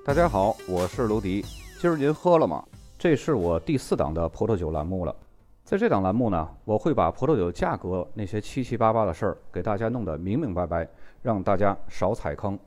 大家好，我是卢迪。今儿您喝了吗？这是我第4档的葡萄酒栏目了。在这档栏目呢，我会把葡萄酒价格那些七七八八的事儿给大家弄得明明白白，让大家少踩坑。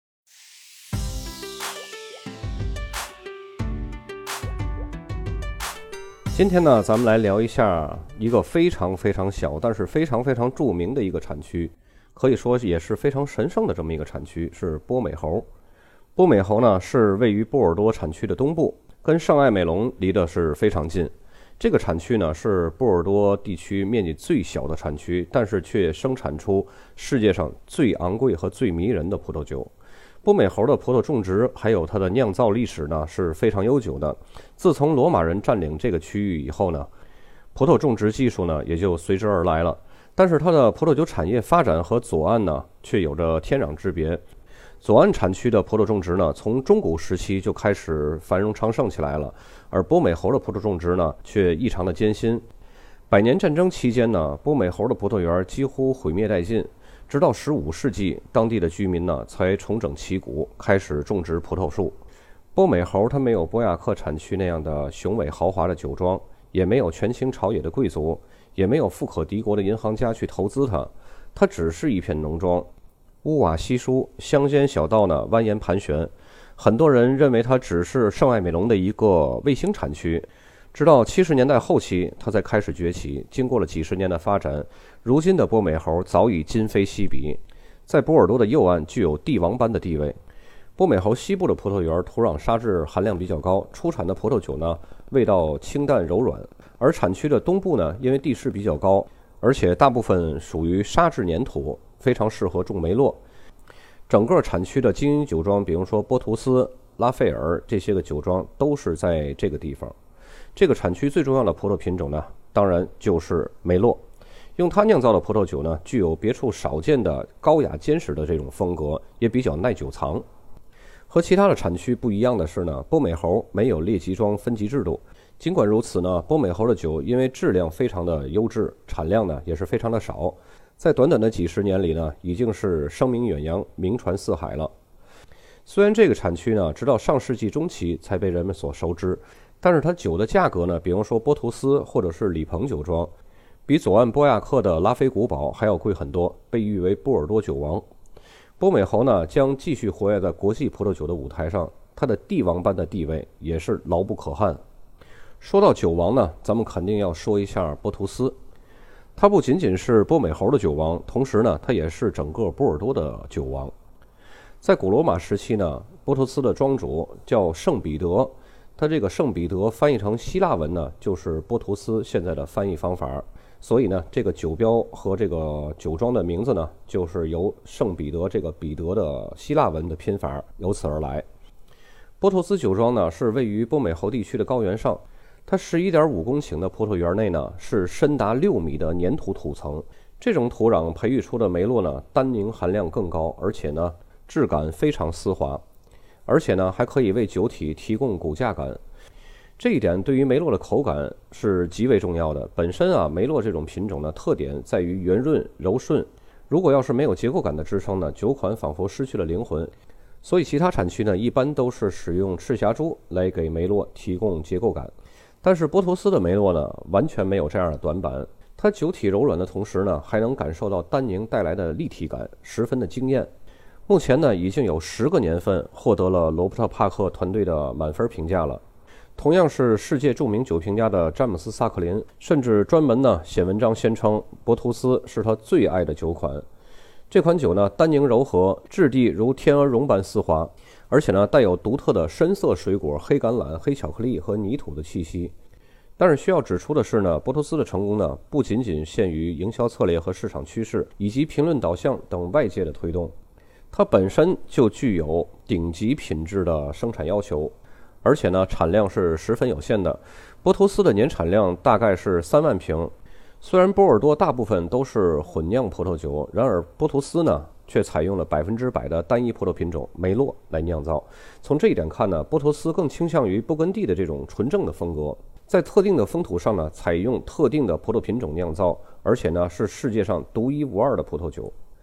今天呢，咱们来聊一下一个非常非常小，但是非常非常著名的一个产区，可以说也是非常神圣的这么一个产区，是波美侯。波美侯呢是位于波尔多产区的东部，跟圣埃美隆离得是非常近。这个产区呢是波尔多地区面积最小的产区，但是却生产出世界上最昂贵和最迷人的葡萄酒。波美侯的葡萄种植还有它的酿造历史呢是非常悠久的。自从罗马人占领这个区域以后呢，葡萄种植技术呢也就随之而来了。但是它的葡萄酒产业发展和左岸呢却有着天壤之别。左岸产区的葡萄种植呢，从中古时期就开始繁荣昌盛起来了，而波美侯的葡萄种植呢，却异常的艰辛。百年战争期间呢，波美侯的葡萄园几乎毁灭殆尽，直到15世纪，当地的居民呢才重整旗鼓，开始种植葡萄树。波美侯它没有波亚克产区那样的雄伟豪华的酒庄，也没有权倾朝野的贵族，也没有富可敌国的银行家去投资它只是一片农庄。屋瓦稀疏，乡间小道呢蜿蜒盘旋，很多人认为它只是圣埃美隆的一个卫星产区。直到70年代后期，它才开始崛起。经过了几十年的发展，如今的波美侯早已今非昔比，在波尔多的右岸具有帝王般的地位。波美侯西部的葡萄园土壤沙质含量比较高，出产的葡萄酒呢味道清淡柔软，而产区的东部呢因为地势比较高，而且大部分属于沙质粘土，非常适合种梅洛。整个产区的精英酒庄，比如说波图斯、拉斐尔这些个酒庄都是在这个地方。这个产区最重要的葡萄品种呢，当然就是梅洛。用它酿造的葡萄酒呢，具有别处少见的高雅坚实的这种风格，也比较耐久藏。和其他的产区不一样的是呢，波美侯没有列级庄分级制度。尽管如此呢，波美侯的酒因为质量非常的优质，产量呢也是非常的少。在短短的几十年里呢，已经是声名远扬、名传四海了。虽然这个产区呢，直到上世纪中期才被人们所熟知，但是它酒的价格呢，比如说波图斯或者是里彭酒庄，比左岸波亚克的拉菲古堡还要贵很多，被誉为波尔多酒王。波美侯呢，将继续活跃在国际葡萄酒的舞台上，它的帝王般的地位也是牢不可撼。说到酒王呢，咱们肯定要说一下波图斯。它不仅仅是波美侯的酒王，同时呢，它也是整个波尔多的酒王。在古罗马时期呢，波图斯的庄主叫圣彼得，他这个圣彼得翻译成希腊文呢，就是波图斯现在的翻译方法。所以呢，这个酒标和这个酒庄的名字呢，就是由圣彼得这个彼得的希腊文的拼法由此而来。波图斯酒庄呢，是位于波美侯地区的高原上。它11.5公顷的葡萄园内呢，是深达6米的粘土土层。这种土壤培育出的梅洛呢，单宁含量更高，而且呢，质感非常丝滑，而且呢，还可以为酒体提供骨架感。这一点对于梅洛的口感是极为重要的。本身啊，梅洛这种品种呢，特点在于圆润柔顺。如果要是没有结构感的支撑呢，酒款仿佛失去了灵魂。所以其他产区呢，一般都是使用赤霞珠来给梅洛提供结构感。但是波图斯的梅洛呢，完全没有这样的短板。它酒体柔软的同时呢，还能感受到单宁带来的立体感，十分的惊艳。目前呢，已经有10个年份获得了罗伯特·帕克团队的满分评价了。同样是世界著名酒评家的詹姆斯·萨克林，甚至专门呢写文章宣称波图斯是他最爱的酒款。这款酒呢，单宁柔和，质地如天鹅绒般丝滑，而且呢，带有独特的深色水果、黑橄榄、黑巧克力和泥土的气息。但是需要指出的是呢，波图斯的成功呢，不仅仅限于营销策略和市场趋势，以及评论导向等外界的推动，它本身就具有顶级品质的生产要求，而且呢，产量是十分有限的。波图斯的年产量大概是3万瓶。虽然波尔多大部分都是混酿葡萄酒，然而波图斯呢，却采用了100%的单一葡萄品种梅洛来酿造。从这一点看呢，波图斯更倾向于勃艮第的这种纯正的风格，在特定的风土上呢，采用特定的葡萄品种酿造，而且呢，是世界上独一无二的葡萄酒。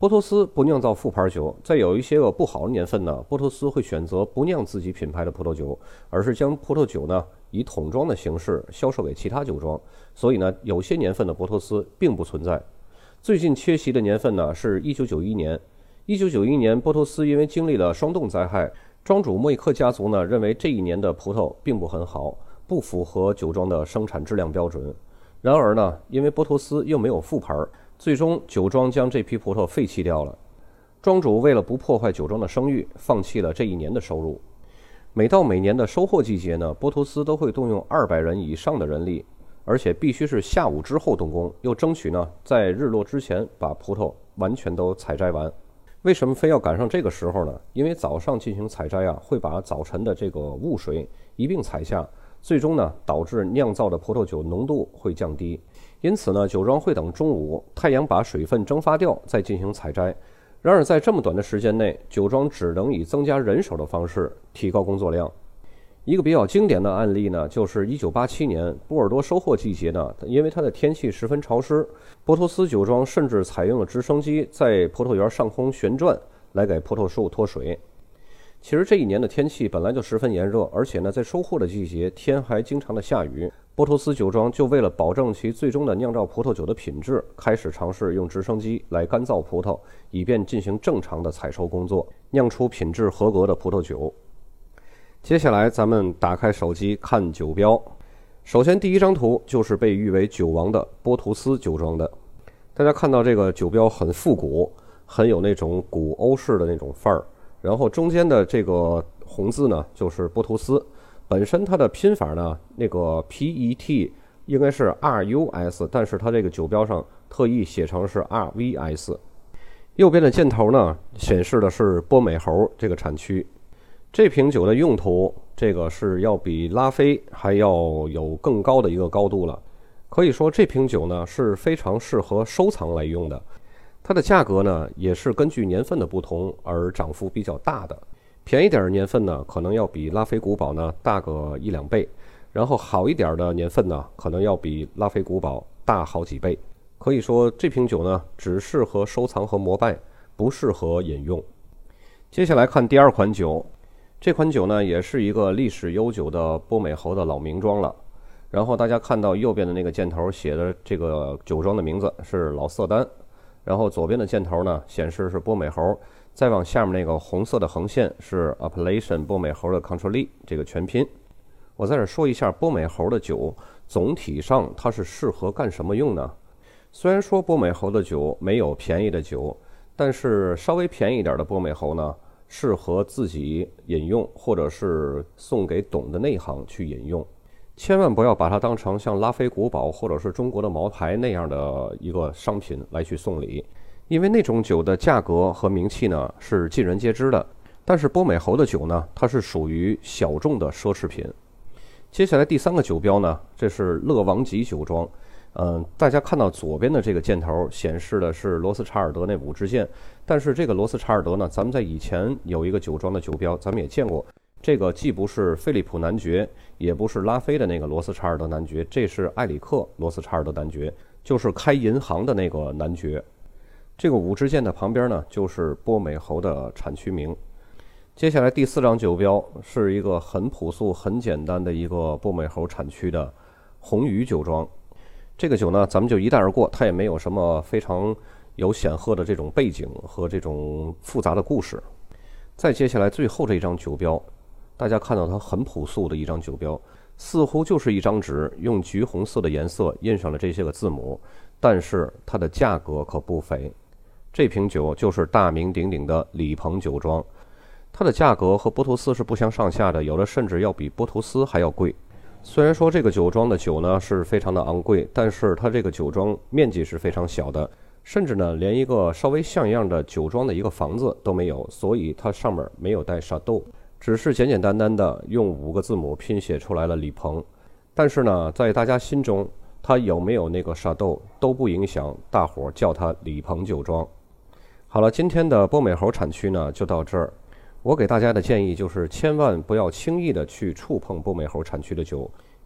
波托斯不酿造副牌酒，在有一些个不好的年份呢，波托斯会选择不酿自己品牌的葡萄酒，而是将葡萄酒呢以桶装的形式销售给其他酒庄。所以呢，有些年份的波托斯并不存在。最近缺席的年份呢是1991年。1991年，波托斯因为经历了霜冻灾害，庄主莫伊克家族呢认为这一年的葡萄并不很好，不符合酒庄的生产质量标准。然而呢，因为波托斯又没有副牌，最终酒庄将这批葡萄废弃掉了。庄主为了不破坏酒庄的声誉，放弃了这一年的收入。每到每年的收获季节呢，波托斯都会动用200人以上的人力，而且必须是下午之后动工，又争取呢在日落之前把葡萄完全都采摘完。为什么非要赶上这个时候呢？因为早上进行采摘啊，会把早晨的这个雾水一并采下，最终呢导致酿造的葡萄酒浓度会降低。因此呢，酒庄会等中午太阳把水分蒸发掉再进行采摘。然而在这么短的时间内，酒庄只能以增加人手的方式提高工作量。一个比较经典的案例呢，就是1987年波尔多收获季节呢，因为它的天气十分潮湿，波托斯酒庄甚至采用了直升机在葡萄园上空旋转来给葡萄树脱水。其实这一年的天气本来就十分炎热，而且呢，在收获的季节天还经常的下雨。波托斯酒庄就为了保证其最终的酿造葡萄酒的品质，开始尝试用直升机来干燥葡萄，以便进行正常的采收工作，酿出品质合格的葡萄酒。接下来咱们打开手机看酒标。首先第一张图就是被誉为酒王的波图斯酒庄的。大家看到这个酒标很复古，很有那种古欧式的那种范儿。然后中间的这个红字呢就是波图斯，本身它的拼法呢那个 PET 应该是 RUS， 但是它这个酒标上特意写成是 RVS。 右边的箭头呢显示的是波美侯这个产区。这瓶酒的用途，这个是要比拉菲还要有更高的一个高度了。可以说这瓶酒呢是非常适合收藏来用的。它的价格呢也是根据年份的不同而涨幅比较大的。便宜点的年份呢可能要比拉菲古堡呢大个1-2倍，然后好一点的年份呢可能要比拉菲古堡大好几倍。可以说这瓶酒呢只适合收藏和膜拜，不适合饮用。接下来看第二款酒。这款酒呢也是一个历史悠久的波美侯的老名庄了。然后大家看到右边的那个箭头写的这个酒庄的名字是老色丹，然后左边的箭头呢显示是波美侯，再往下面那个红色的横线是 Appellation 波美侯的 Contrôle 这个全拼。我在这说一下波美侯的酒总体上它是适合干什么用呢？虽然说波美侯的酒没有便宜的酒，但是稍微便宜一点的波美侯呢适合自己饮用，或者是送给懂的内行去饮用。千万不要把它当成像拉菲古堡或者是中国的茅台那样的一个商品来去送礼，因为那种酒的价格和名气呢是尽人皆知的。但是波美侯的酒呢，它是属于小众的奢侈品。接下来第三个酒标呢，这是勒王吉酒庄。大家看到左边的这个箭头显示的是罗斯查尔德那5支箭，但是这个罗斯查尔德呢，咱们在以前有一个酒庄的酒标，咱们也见过。这个既不是菲利普男爵，也不是拉菲的那个罗斯查尔德男爵，这是埃里克罗斯查尔德男爵，就是开银行的那个男爵。这个5支箭的旁边呢，就是波美侯的产区名。接下来第4张酒标是一个很朴素、很简单的一个波美侯产区的红鱼酒庄。这个酒呢，咱们就一带而过，它也没有什么非常有显赫的这种背景和这种复杂的故事。再接下来最后这一张酒标，大家看到它很朴素的一张酒标，似乎就是一张纸用橘红色的颜色印上了这些个字母，但是它的价格可不菲。这瓶酒就是大名鼎鼎的李鹏酒庄，它的价格和波图斯是不相上下的，有的甚至要比波图斯还要贵。虽然说这个酒庄的酒呢是非常的昂贵，但是它这个酒庄面积是非常小的，甚至呢连一个稍微像样的酒庄的一个房子都没有，所以它上面没有带 Chateau， 只是简简单单的用5个字母拼写出来了李鹏。但是呢在大家心中它有没有那个 Chateau 都不影响大伙叫它李鹏酒庄。好了，今天的波美侯产区呢就到这儿。我给大家的建议就是千万不要轻易的去触碰波美侯产区的酒，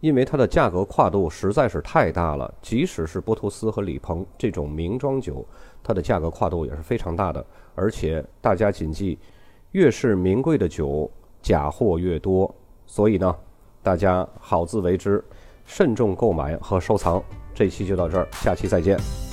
因为它的价格跨度实在是太大了。即使是波图斯和李鹏这种名庄酒，它的价格跨度也是非常大的。而且大家谨记，越是名贵的酒，假货越多。所以呢，大家好自为之，慎重购买和收藏。这期就到这儿，下期再见。